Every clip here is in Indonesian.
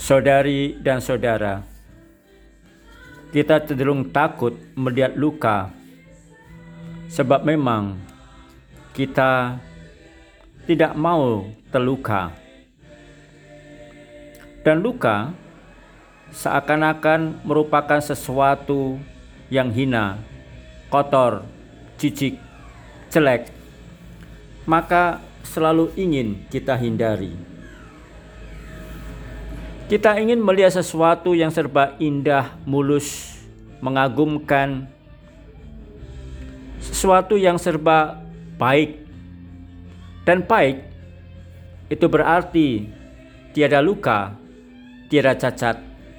Saudari dan saudara, kita cenderung takut melihat luka, sebab memang kita tidak mau terluka. Dan luka seakan-akan merupakan sesuatu yang hina, kotor, jijik, jelek, maka selalu ingin kita hindari. Kita ingin melihat sesuatu yang serba indah, mulus, mengagumkan, sesuatu yang serba baik. Dan baik itu berarti tiada luka, tiada cacat.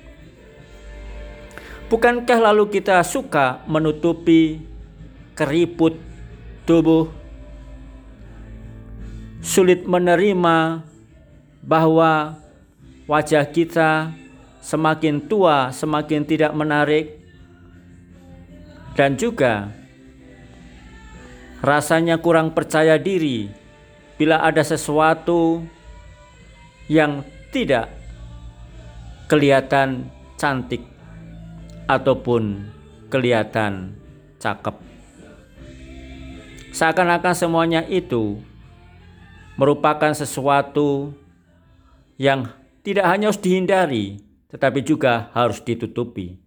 Bukankah lalu kita suka menutupi keriput tubuh, sulit menerima bahwa wajah kita semakin tua, semakin tidak menarik, dan juga rasanya kurang percaya diri bila ada sesuatu yang tidak kelihatan cantik ataupun kelihatan cakep. Seakan-akan semuanya itu merupakan sesuatu yang tidak hanya harus dihindari, tetapi juga harus ditutupi.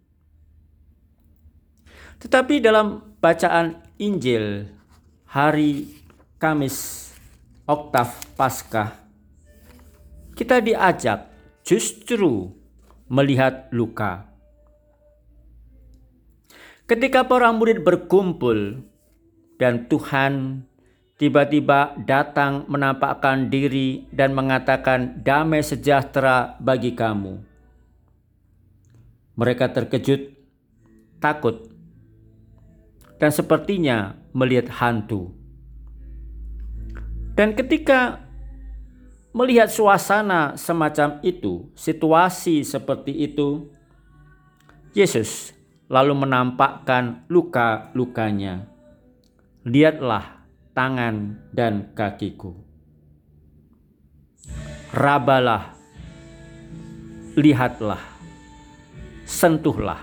Tetapi dalam bacaan Injil hari Kamis Oktav Paskah, kita diajak justru melihat luka. Ketika para murid berkumpul dan Tuhan tiba-tiba datang menampakkan diri dan mengatakan damai sejahtera bagi kamu. Mereka terkejut, takut, dan sepertinya melihat hantu. Dan ketika melihat suasana semacam itu, situasi seperti itu, Yesus lalu menampakkan luka-lukanya. Lihatlah tangan dan kakiku. Rabalah, lihatlah, sentuhlah.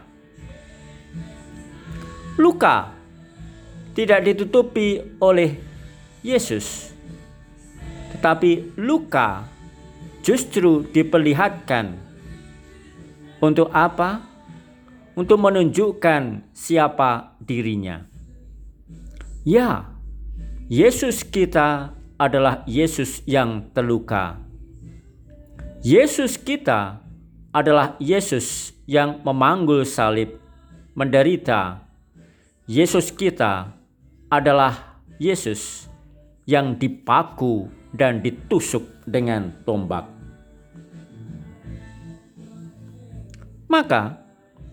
Luka tidak ditutupi oleh Yesus, tetapi luka justru diperlihatkan. Untuk apa? Untuk menunjukkan siapa dirinya. Ya, Yesus kita adalah Yesus yang terluka. Yesus kita adalah Yesus yang memanggul salib, menderita. Yesus kita adalah Yesus yang dipaku dan ditusuk dengan tombak. Maka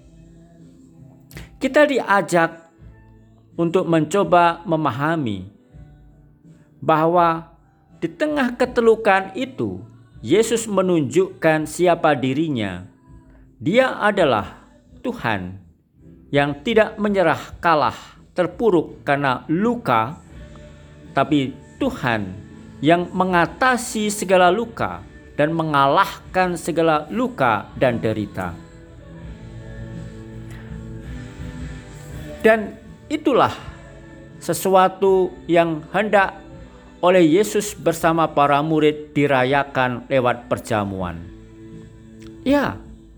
kita diajak untuk mencoba memahami bahwa di tengah keterlukaan itu Yesus menunjukkan siapa dirinya. Dia adalah Tuhan yang tidak menyerah kalah terpuruk karena luka, tapi Tuhan yang mengatasi segala luka dan mengalahkan segala luka dan derita. Dan itulah sesuatu yang hendak oleh Yesus bersama para murid dirayakan lewat perjamuan. Ya,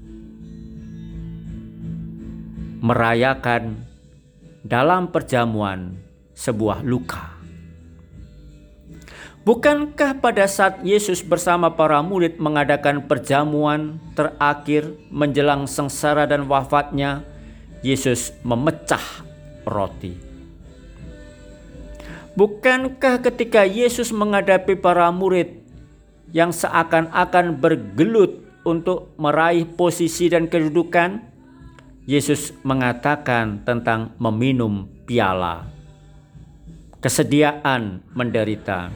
merayakan dalam perjamuan sebuah luka. Bukankah pada saat Yesus bersama para murid mengadakan perjamuan terakhir menjelang sengsara dan wafatnya, Yesus memecah roti? Bukankah ketika Yesus menghadapi para murid yang seakan-akan bergelut untuk meraih posisi dan kedudukan, Yesus mengatakan tentang meminum piala, kesediaan menderita.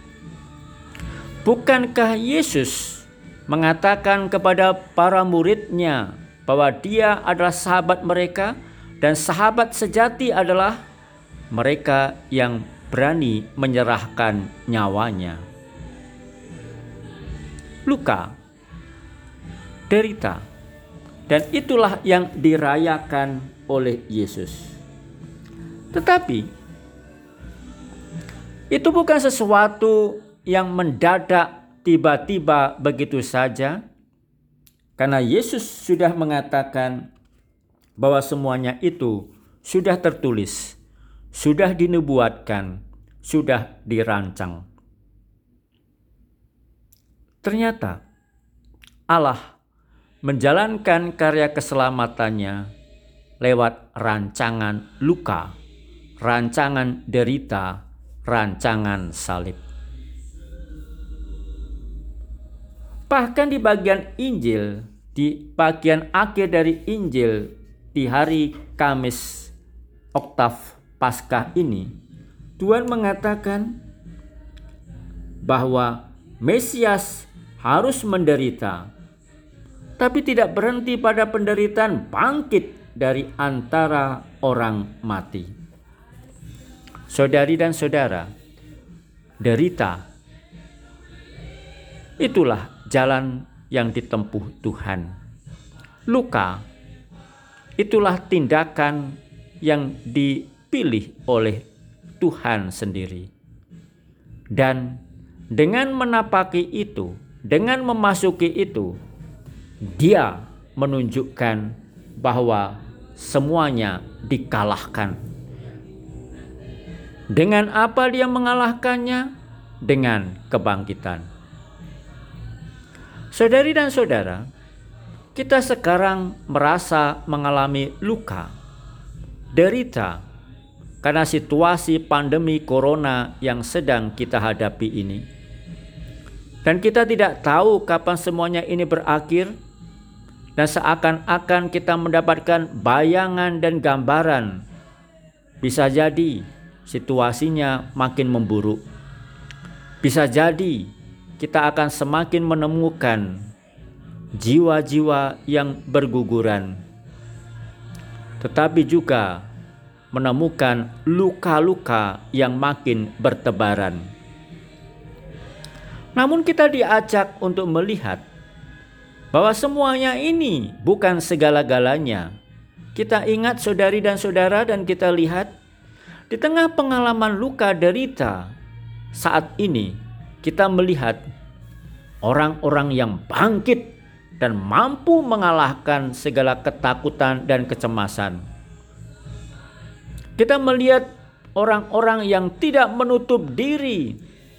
Bukankah Yesus mengatakan kepada para muridnya bahwa dia adalah sahabat mereka, dan sahabat sejati adalah mereka yang berani menyerahkan nyawanya? Luka derita. Dan itulah yang dirayakan oleh Yesus. Tetapi itu bukan sesuatu yang mendadak tiba-tiba begitu saja. Karena Yesus sudah mengatakan bahwa semuanya itu sudah tertulis, sudah dinubuatkan, sudah dirancang. Ternyata Allah menjalankan karya keselamatannya lewat rancangan luka, rancangan derita, rancangan salib. Bahkan di bagian Injil, di bagian akhir dari Injil di hari Kamis Oktav Paskah ini, Tuhan mengatakan bahwa Mesias harus menderita, tapi tidak berhenti pada penderitaan, bangkit dari antara orang mati. Saudari dan saudara, derita itulah jalan yang ditempuh Tuhan. Luka itulah tindakan yang dipilih oleh Tuhan sendiri. Dan dengan menapaki itu, dengan memasuki itu, Dia menunjukkan bahwa semuanya dikalahkan. Dengan apa Dia mengalahkannya? Dengan kebangkitan. Saudari dan saudara, kita sekarang merasa mengalami luka, derita, karena situasi pandemi corona yang sedang kita hadapi ini. Dan kita tidak tahu kapan semuanya ini berakhir. Dan seakan-akan kita mendapatkan bayangan dan gambaran. Bisa jadi situasinya makin memburuk. Bisa jadi kita akan semakin menemukan jiwa-jiwa yang berguguran. Tetapi juga menemukan luka-luka yang makin bertebaran. Namun kita diajak untuk melihat bahwa semuanya ini bukan segala-galanya. Kita ingat saudari dan saudara, dan kita lihat di tengah pengalaman luka derita saat ini, kita melihat orang-orang yang bangkit dan mampu mengalahkan segala ketakutan dan kecemasan. Kita melihat orang-orang yang tidak menutup diri,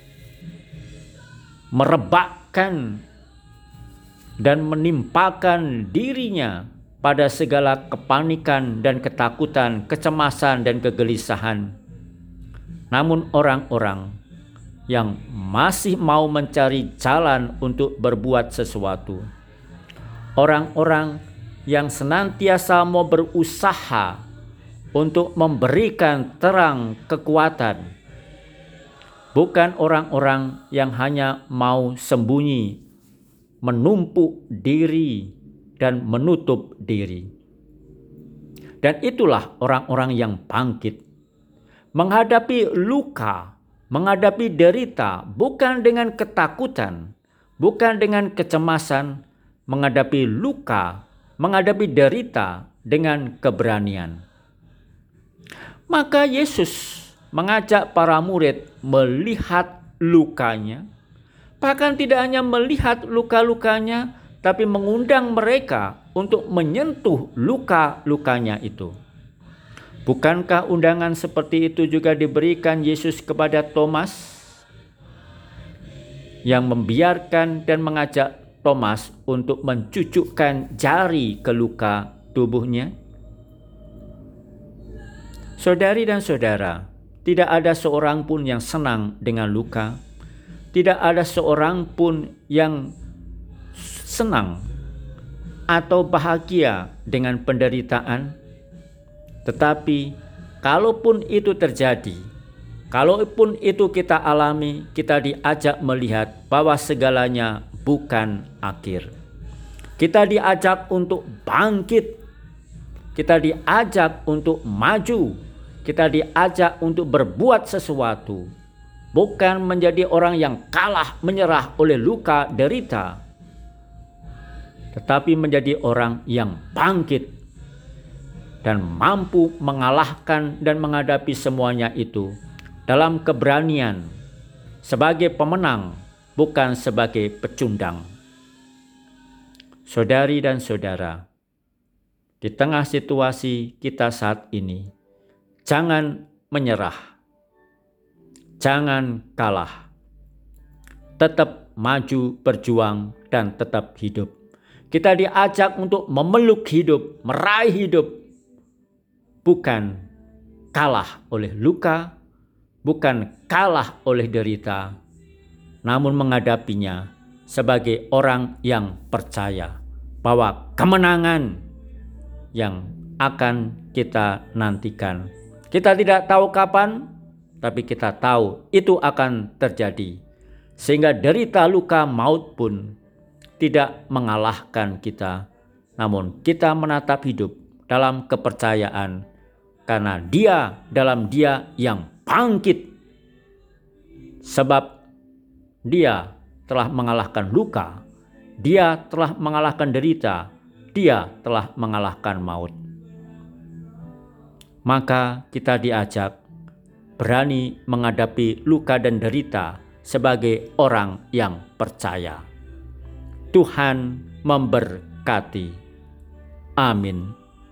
merebakkan dan menimpakan dirinya pada segala kepanikan dan ketakutan, kecemasan dan kegelisahan. Namun orang-orang yang masih mau mencari jalan untuk berbuat sesuatu, orang-orang yang senantiasa mau berusaha untuk memberikan terang kekuatan, bukan orang-orang yang hanya mau sembunyi, menumpuk diri dan menutup diri. Dan itulah orang-orang yang bangkit menghadapi luka, menghadapi derita, bukan dengan ketakutan, bukan dengan kecemasan, menghadapi luka, menghadapi derita dengan keberanian. Maka Yesus mengajak para murid melihat lukanya, bahkan tidak hanya melihat luka-lukanya, tapi mengundang mereka untuk menyentuh luka-lukanya itu. Bukankah undangan seperti itu juga diberikan Yesus kepada Thomas, yang membiarkan dan mengajak Thomas untuk mencucukkan jari ke luka tubuhnya? Saudari dan saudara, tidak ada seorang pun yang senang dengan luka. Tidak ada seorang pun yang senang atau bahagia dengan penderitaan. Tetapi kalaupun itu terjadi, kalaupun itu kita alami, kita diajak melihat bahwa segalanya bukan akhir. Kita diajak untuk bangkit. Kita diajak untuk maju. Kita diajak untuk berbuat sesuatu. Bukan menjadi orang yang kalah menyerah oleh luka derita. tetapi menjadi orang yang bangkit dan mampu mengalahkan dan menghadapi semuanya itu dalam keberanian sebagai pemenang, bukan sebagai pecundang. Saudari dan saudara, di tengah situasi kita saat ini, jangan menyerah, jangan kalah, tetap maju, berjuang, dan tetap hidup. Kita diajak untuk memeluk hidup, meraih hidup, bukan kalah oleh luka, bukan kalah oleh derita, namun menghadapinya sebagai orang yang percaya bahwa kemenangan yang akan kita nantikan. Kita tidak tahu kapan, tapi kita tahu itu akan terjadi. Sehingga derita, luka, maut pun tidak mengalahkan kita, namun kita menatap hidup dalam kepercayaan karena dalam Dia yang bangkit, sebab Dia telah mengalahkan luka, Dia telah mengalahkan derita, Dia telah mengalahkan maut. Maka kita diajak berani menghadapi luka dan derita sebagai orang yang percaya. Tuhan memberkati. Amin.